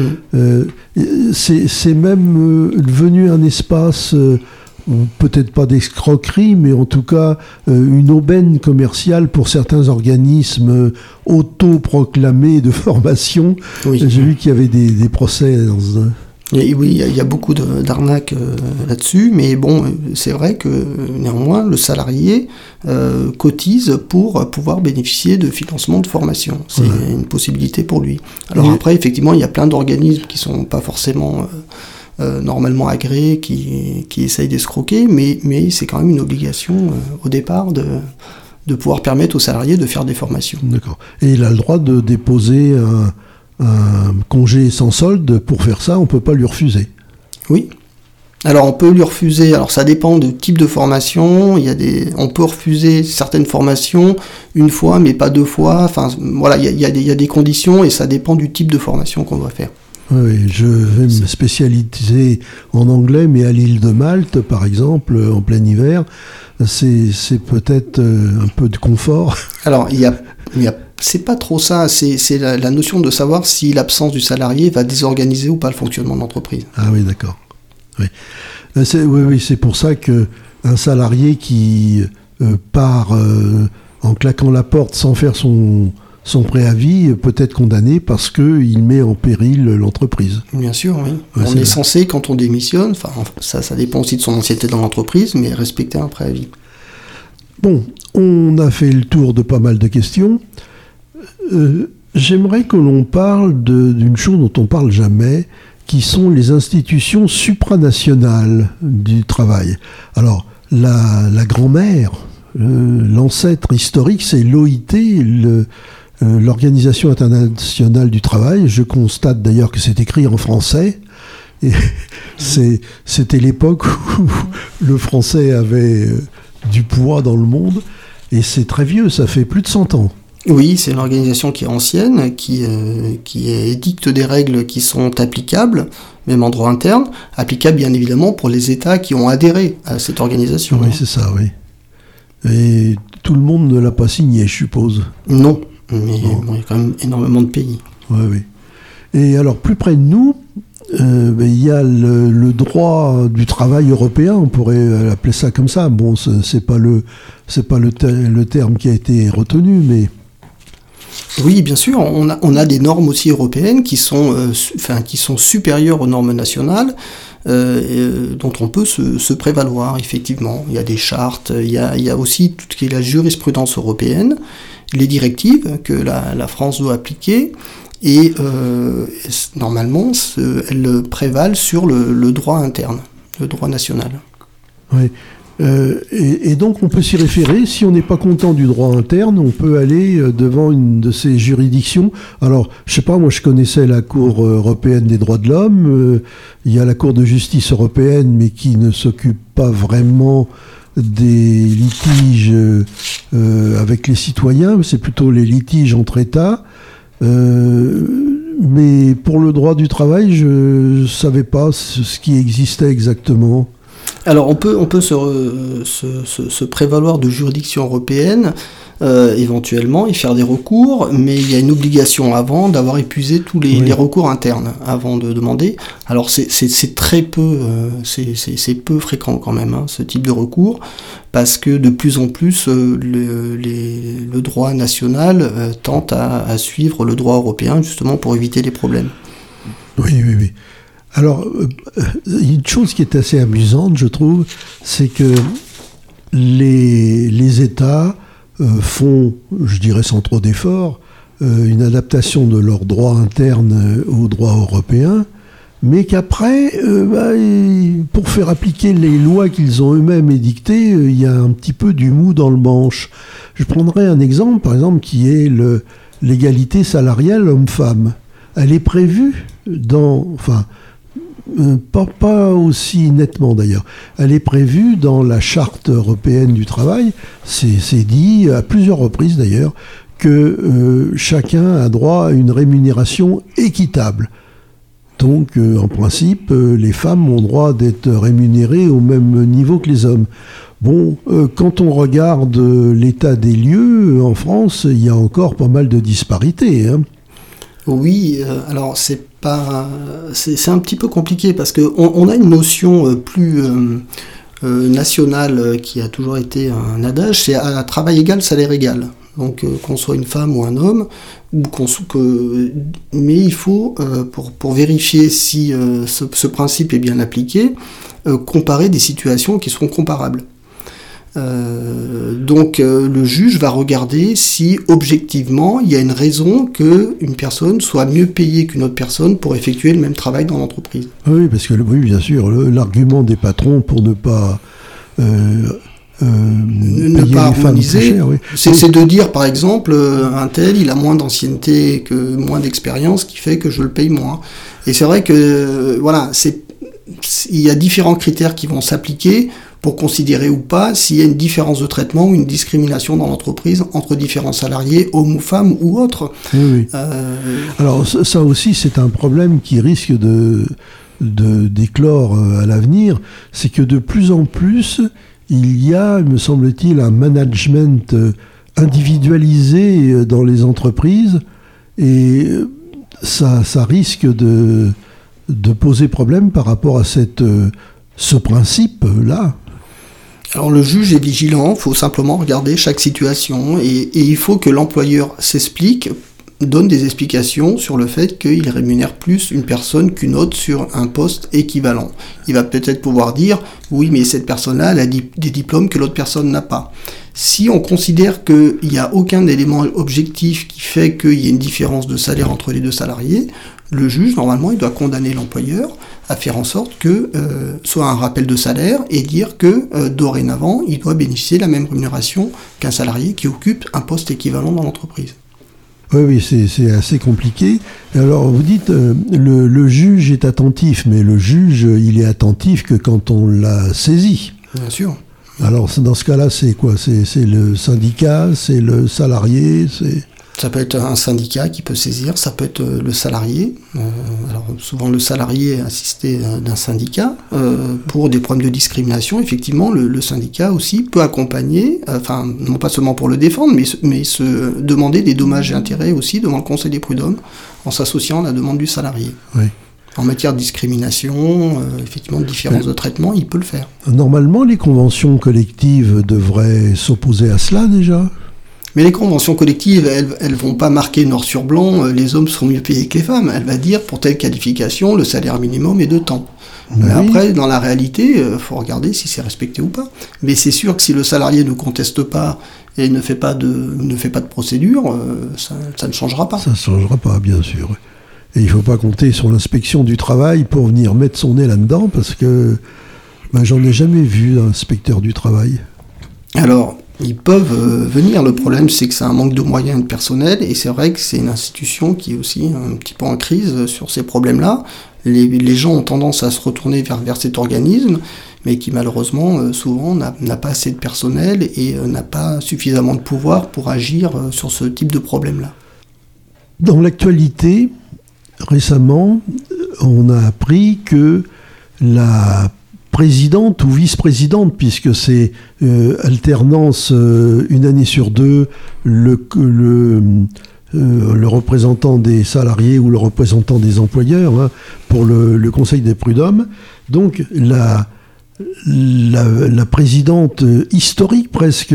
S1: C'est même devenu un espace, peut-être pas d'escroquerie, mais en tout cas une aubaine commerciale pour certains organismes autoproclamés de formation. Oui. J'ai vu qu'il y avait des procès dans
S2: Oui, il y a beaucoup d'arnaques là-dessus, mais bon, c'est vrai que néanmoins, le salarié cotise pour pouvoir bénéficier de financement de formation. C'est une possibilité pour lui. Alors après, effectivement, il y a plein d'organismes qui sont pas forcément normalement agréés, qui essayent d'escroquer, mais c'est quand même une obligation au départ de pouvoir permettre aux salariés de faire des formations.
S1: D'accord. Et il a le droit de déposer un congé sans solde. Pour faire ça, on ne peut pas lui refuser.
S2: Oui. Alors on peut lui refuser, alors ça dépend du type de formation, on peut refuser certaines formations une fois mais pas deux fois, enfin voilà, il y a des conditions et ça dépend du type de formation qu'on doit faire.
S1: Oui, je vais me spécialiser en anglais, mais à l'île de Malte, par exemple, en plein hiver, c'est peut-être un peu de confort.
S2: Alors c'est pas trop ça, c'est la notion de savoir si l'absence du salarié va désorganiser ou pas le fonctionnement de l'entreprise.
S1: Ah oui, d'accord. Oui. C'est pour ça qu'un salarié qui part en claquant la porte sans faire son préavis peut être condamné parce qu'il met en péril l'entreprise.
S2: Bien sûr, oui. On est censé, quand on démissionne, ça dépend aussi de son ancienneté dans l'entreprise, mais respecter un préavis.
S1: Bon, on a fait le tour de pas mal de questions. J'aimerais que l'on parle d'une chose dont on ne parle jamais, qui sont les institutions supranationales du travail. Alors, la grand-mère, l'ancêtre historique, c'est l'OIT, l'Organisation internationale du travail. Je constate d'ailleurs que c'est écrit en français. Et c'était l'époque où le français avait du poids dans le monde. Et c'est très vieux, ça fait plus de 100 ans.
S2: Oui, c'est une organisation qui est ancienne, qui édicte des règles qui sont applicables, même en droit interne, applicables bien évidemment pour les États qui ont adhéré à cette organisation.
S1: Oui, c'est ça, oui. Et tout le monde ne l'a pas signé, je suppose.
S2: Non, mais bon, il y a quand même énormément de pays.
S1: Oui, oui. Et alors, plus près de nous, il y a le droit du travail européen, on pourrait appeler ça comme ça. Bon, c'est pas le terme qui a été retenu, mais...
S2: Oui, bien sûr, on a des normes aussi européennes qui sont supérieures aux normes nationales, dont on peut se prévaloir, effectivement. Il y a des chartes, il y a aussi tout ce qui est la jurisprudence européenne, les directives que la France doit appliquer, et normalement, elles prévalent sur le droit interne, le droit national.
S1: Oui. Et donc on peut s'y référer. Si on n'est pas content du droit interne, on peut aller devant une de ces juridictions. Alors, je sais pas, moi je connaissais la Cour européenne des droits de l'homme. Il y a la Cour de justice européenne, mais qui ne s'occupe pas vraiment des litiges avec les citoyens. C'est plutôt les litiges entre États. Mais pour le droit du travail, je savais pas ce qui existait exactement.
S2: Alors on peut se prévaloir de juridiction européenne éventuellement et faire des recours, mais il y a une obligation avant d'avoir épuisé tous les recours internes avant de demander. Alors c'est très peu, c'est peu fréquent quand même, ce type de recours, parce que de plus en plus le droit national tente à suivre le droit européen justement pour éviter les problèmes.
S1: Oui. Alors, une chose qui est assez amusante, je trouve, c'est que les États font, je dirais sans trop d'efforts, une adaptation de leur droit interne au droit européen, mais qu'après, pour faire appliquer les lois qu'ils ont eux-mêmes édictées, il y a un petit peu du mou dans le manche. Je prendrai un exemple, par exemple, qui est l'égalité salariale homme-femme. Elle est prévue pas aussi nettement d'ailleurs. Elle est prévue dans la Charte européenne du travail. C'est dit à plusieurs reprises d'ailleurs que chacun a droit à une rémunération équitable. Donc en principe, les femmes ont droit d'être rémunérées au même niveau que les hommes. Bon, quand on regarde l'état des lieux en France, il y a encore pas mal de disparités, hein.
S2: Oui, alors c'est un petit peu compliqué parce qu'on a une notion plus nationale qui a toujours été un adage, c'est à travail égal, salaire égal. Donc qu'on soit une femme ou un homme, mais il faut, pour vérifier si ce principe est bien appliqué, comparer des situations qui seront comparables. Donc le juge va regarder si objectivement il y a une raison qu'une personne soit mieux payée qu'une autre personne pour effectuer le même travail dans l'entreprise.
S1: Oui, parce que oui, bien sûr, l'argument des patrons pour ne pas
S2: harmoniser, c'est de dire par exemple un tel il a moins d'ancienneté, moins d'expérience, qui fait que je le paye moins. Et c'est vrai que il y a différents critères qui vont s'appliquer pour considérer ou pas s'il y a une différence de traitement ou une discrimination dans l'entreprise entre différents salariés, hommes ou femmes ou autres.
S1: Oui. Alors ça aussi c'est un problème qui risque d'éclore à l'avenir, c'est que de plus en plus il y a, me semble-t-il, un management individualisé dans les entreprises et ça risque de poser problème par rapport à ce principe-là.
S2: Alors le juge est vigilant, il faut simplement regarder chaque situation et il faut que l'employeur s'explique, donne des explications sur le fait qu'il rémunère plus une personne qu'une autre sur un poste équivalent. Il va peut-être pouvoir dire « oui, mais cette personne-là, elle a des diplômes que l'autre personne n'a pas ». Si on considère qu'il n'y a aucun élément objectif qui fait qu'il y ait une différence de salaire entre les deux salariés, le juge, normalement, il doit condamner l'employeur à faire en sorte que soit un rappel de salaire et dire que dorénavant, il doit bénéficier de la même rémunération qu'un salarié qui occupe un poste équivalent dans l'entreprise.
S1: Oui, c'est assez compliqué. Alors, vous dites, le juge est attentif, mais le juge, il est attentif que quand on l'a saisi.
S2: Bien sûr.
S1: Alors, dans ce cas-là, c'est quoi ? C'est le syndicat, c'est le salarié, c'est...
S2: Ça peut être un syndicat qui peut saisir, ça peut être le salarié. Alors souvent le salarié est assisté d'un syndicat. Pour des problèmes de discrimination, effectivement, le syndicat aussi peut accompagner, enfin non pas seulement pour le défendre, mais se demander des dommages et intérêts aussi devant le Conseil des prud'hommes en s'associant à la demande du salarié.
S1: Oui.
S2: En matière de discrimination, effectivement, de différence de traitement, il peut le faire.
S1: Normalement, les conventions collectives devraient s'opposer à cela déjà.
S2: Mais les conventions collectives, elles vont pas marquer noir sur blanc, les hommes seront mieux payés que les femmes. Elle va dire, pour telle qualification, le salaire minimum est de temps. Mais après, dans la réalité, faut regarder si c'est respecté ou pas. Mais c'est sûr que si le salarié ne conteste pas et ne fait pas de procédure, ça ne changera pas.
S1: Ça ne changera pas, bien sûr. Et il ne faut pas compter sur l'inspection du travail pour venir mettre son nez là-dedans, parce que j'en ai jamais vu d'inspecteur du travail.
S2: Alors, ils peuvent venir. Le problème, c'est que c'est un manque de moyens et de personnel, et c'est vrai que c'est une institution qui est aussi un petit peu en crise sur ces problèmes-là. Les gens ont tendance à se retourner vers cet organisme, mais qui malheureusement, souvent, n'a pas assez de personnel et n'a pas suffisamment de pouvoir pour agir sur ce type de problème-là.
S1: Dans l'actualité, récemment, on a appris que la présidente ou vice-présidente, puisque c'est alternance une année sur deux, le représentant des salariés ou le représentant des employeurs pour le Conseil des prud'hommes. Donc la présidente historique presque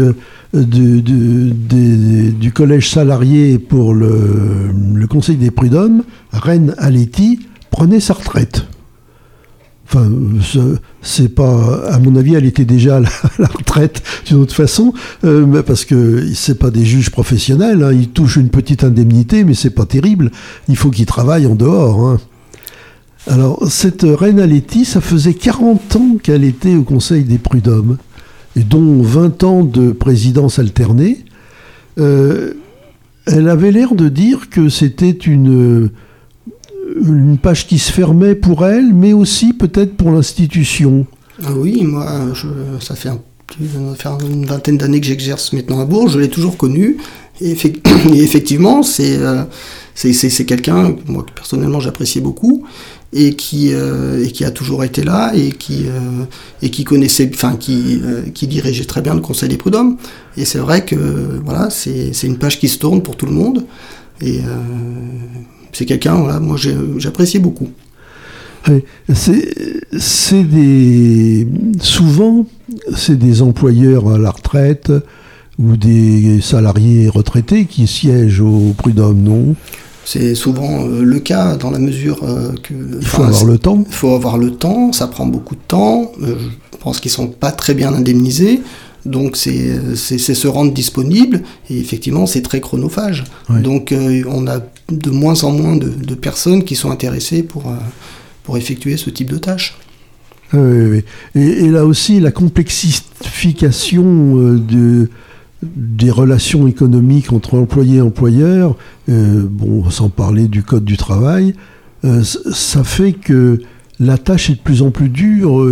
S1: du collège salarié pour le Conseil des prud'hommes, Reine Aletti, prenait sa retraite. Enfin, c'est pas, à mon avis, elle était déjà à la retraite d'une autre façon, parce que c'est pas des juges professionnels, ils touchent une petite indemnité, mais c'est pas terrible. Il faut qu'ils travaillent en dehors. Alors, cette Reine Aletti, ça faisait 40 ans qu'elle était au Conseil des prud'hommes, et dont 20 ans de présidence alternée. Elle avait l'air de dire que c'était une page qui se fermait pour elle, mais aussi peut-être pour l'institution.
S2: Ah oui, moi, ça fait une vingtaine d'années que j'exerce maintenant à Bourges, je l'ai toujours connue, et effectivement, c'est quelqu'un que moi, personnellement, j'appréciais beaucoup, et qui a toujours été là, et qui connaissait, enfin, qui dirigeait très bien le Conseil des prud'hommes, et c'est vrai que, voilà, c'est une page qui se tourne pour tout le monde, et c'est quelqu'un, voilà, moi j'appréciais beaucoup.
S1: Oui, souvent, c'est des employeurs à la retraite ou des salariés retraités qui siègent au prud'homme, non ?
S2: C'est souvent le cas dans la mesure que...
S1: Il faut avoir le temps.
S2: Il faut avoir le temps, ça prend beaucoup de temps. Je pense qu'ils ne sont pas très bien indemnisés. Donc c'est se rendre disponible, et effectivement c'est très chronophage. Oui. Donc on a de moins en moins de personnes qui sont intéressées pour effectuer ce type de tâches.
S1: Oui. Et là aussi la complexification des relations économiques entre employés et employeurs, sans parler du code du travail, ça fait que la tâche est de plus en plus dure.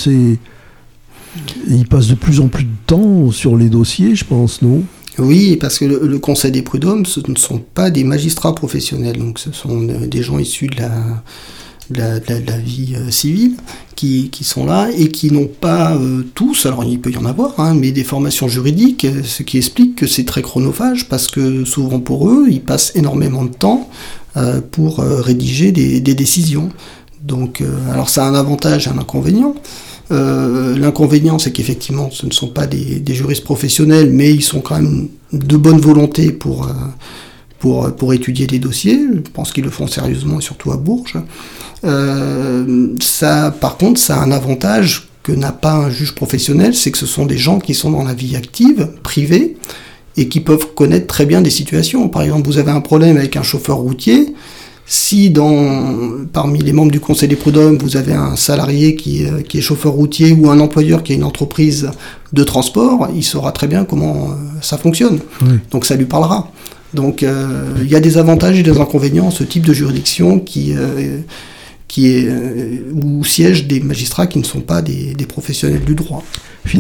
S1: Il passe de plus en plus de temps sur les dossiers, je pense, non ?
S2: Oui, parce que le Conseil des prud'hommes, ce ne sont pas des magistrats professionnels, donc ce sont des gens issus de la vie civile qui sont là et qui n'ont pas tous, alors il peut y en avoir, mais des formations juridiques, ce qui explique que c'est très chronophage, parce que souvent pour eux, ils passent énormément de temps pour rédiger des décisions. Donc, alors ça a un avantage et un inconvénient. L'inconvénient, c'est qu'effectivement, ce ne sont pas des juristes professionnels, mais ils sont quand même de bonne volonté pour étudier les dossiers. Je pense qu'ils le font sérieusement, et surtout à Bourges. Par contre, ça a un avantage que n'a pas un juge professionnel, c'est que ce sont des gens qui sont dans la vie active, privée, et qui peuvent connaître très bien des situations. Par exemple, vous avez un problème avec un chauffeur routier. Si parmi les membres du Conseil des prud'hommes, vous avez un salarié qui est chauffeur routier ou un employeur qui a une entreprise de transport, il saura très bien comment ça fonctionne. Oui. Donc ça lui parlera. Donc il y a des avantages et des inconvénients à ce type de juridiction où siègent des magistrats qui ne sont pas des professionnels du droit.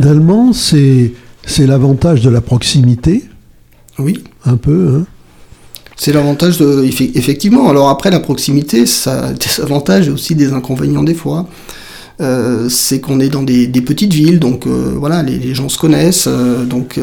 S1: Finalement, c'est l'avantage de la proximité.
S2: Oui.
S1: Un peu,
S2: C'est l'avantage, effectivement. Alors après, la proximité, ça a des avantages et aussi des inconvénients des fois. C'est qu'on est dans des petites villes, donc voilà, les gens se connaissent, donc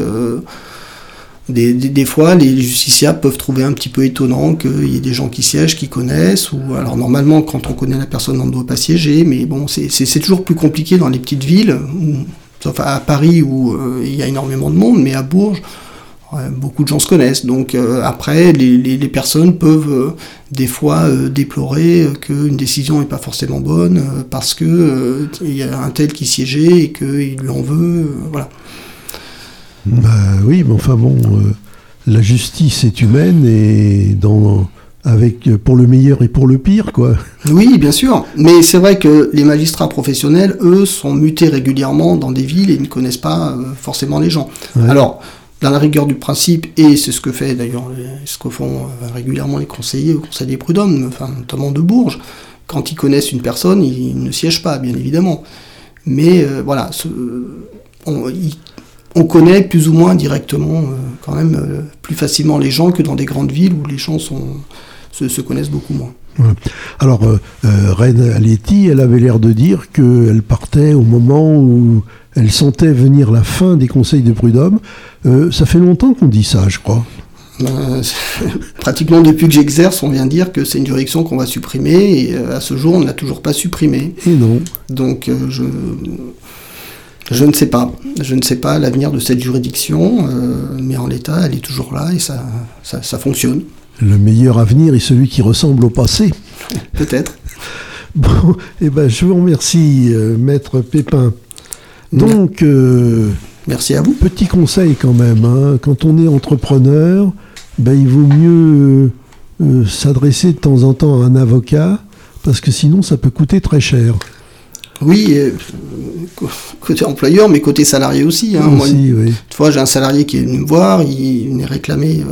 S2: des fois les justiciables peuvent trouver un petit peu étonnant qu'il y ait des gens qui siègent, qui connaissent, ou alors normalement quand on connaît la personne on ne doit pas siéger, mais bon c'est toujours plus compliqué dans les petites villes, sauf à Paris où il y a énormément de monde, mais à Bourges beaucoup de gens se connaissent, donc après les personnes peuvent des fois déplorer qu'une décision n'est pas forcément bonne parce que il y a un tel qui siégeait et qu'il lui en veut, voilà.
S1: Bah oui, mais enfin bon, la justice est humaine et pour le meilleur et pour le pire, quoi.
S2: Oui, bien sûr, mais c'est vrai que les magistrats professionnels, eux, sont mutés régulièrement dans des villes et ne connaissent pas forcément les gens. Ouais. Alors, dans la rigueur du principe, et c'est ce que fait d'ailleurs, ce que font régulièrement les conseillers au Conseil des prud'hommes, enfin, notamment de Bourges, quand ils connaissent une personne, ils ne siègent pas, bien évidemment. Mais voilà, on connaît plus ou moins directement, quand même, plus facilement les gens que dans des grandes villes où les gens se connaissent beaucoup moins.
S1: Ouais. Alors, Reine Aletti, elle avait l'air de dire qu'elle partait au moment où elle sentait venir la fin des conseils de prud'hommes. Ça fait longtemps qu'on dit ça, je crois.
S2: Pratiquement depuis que j'exerce, on vient dire que c'est une juridiction qu'on va supprimer, et à ce jour, on ne l'a toujours pas supprimée.
S1: Et non.
S2: Donc, je ne sais pas. Je ne sais pas l'avenir de cette juridiction, mais en l'état, elle est toujours là et ça fonctionne.
S1: Le meilleur avenir est celui qui ressemble au passé.
S2: Peut-être.
S1: Bon, eh ben, je vous remercie, Maître Pépin. Donc,
S2: merci à vous.
S1: Petit conseil quand même, hein, quand on est entrepreneur, ben, il vaut mieux s'adresser de temps en temps à un avocat, parce que sinon ça peut coûter très cher.
S2: Oui, côté employeur, mais côté salarié aussi. Hein.
S1: Aussi,
S2: moi, une fois, j'ai un salarié qui est venu me voir, il venait réclamer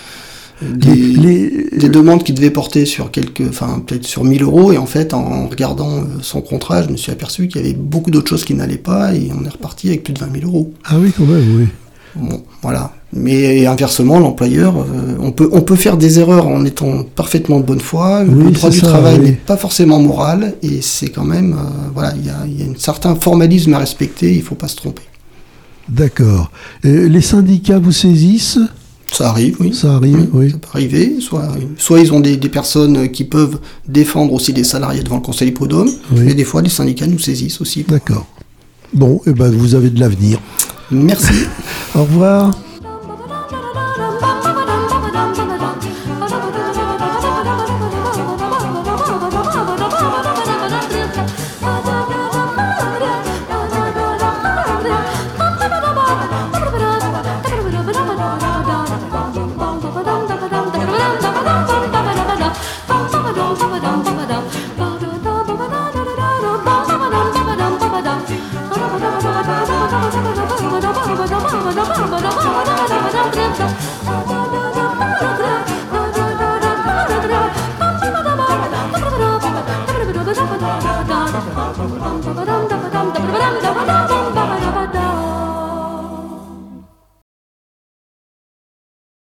S2: des demandes qu'il devait porter sur peut-être sur 1000 €, et en fait, en regardant son contrat, je me suis aperçu qu'il y avait beaucoup d'autres choses qui n'allaient pas, et on est reparti avec plus de 20 000 €.
S1: Ah oui, quand même, oui.
S2: Bon, voilà. Mais inversement, l'employeur, on peut faire des erreurs en étant parfaitement de bonne foi.
S1: Oui,
S2: le droit du travail
S1: oui.
S2: n'est pas forcément moral, et c'est quand même, voilà, il y a un certain formalisme à respecter, il ne faut pas se tromper.
S1: D'accord. Les syndicats vous saisissent ?
S2: Ça arrive, oui.
S1: Ça arrive, oui.
S2: Ça peut arriver. Soit ils ont des personnes qui peuvent défendre aussi des salariés devant le Conseil des prud'hommes, mais des fois, les syndicats nous saisissent aussi.
S1: D'accord. Bon, eh ben, vous avez de l'avenir.
S2: Merci.
S1: Au revoir.
S3: Ba-dum,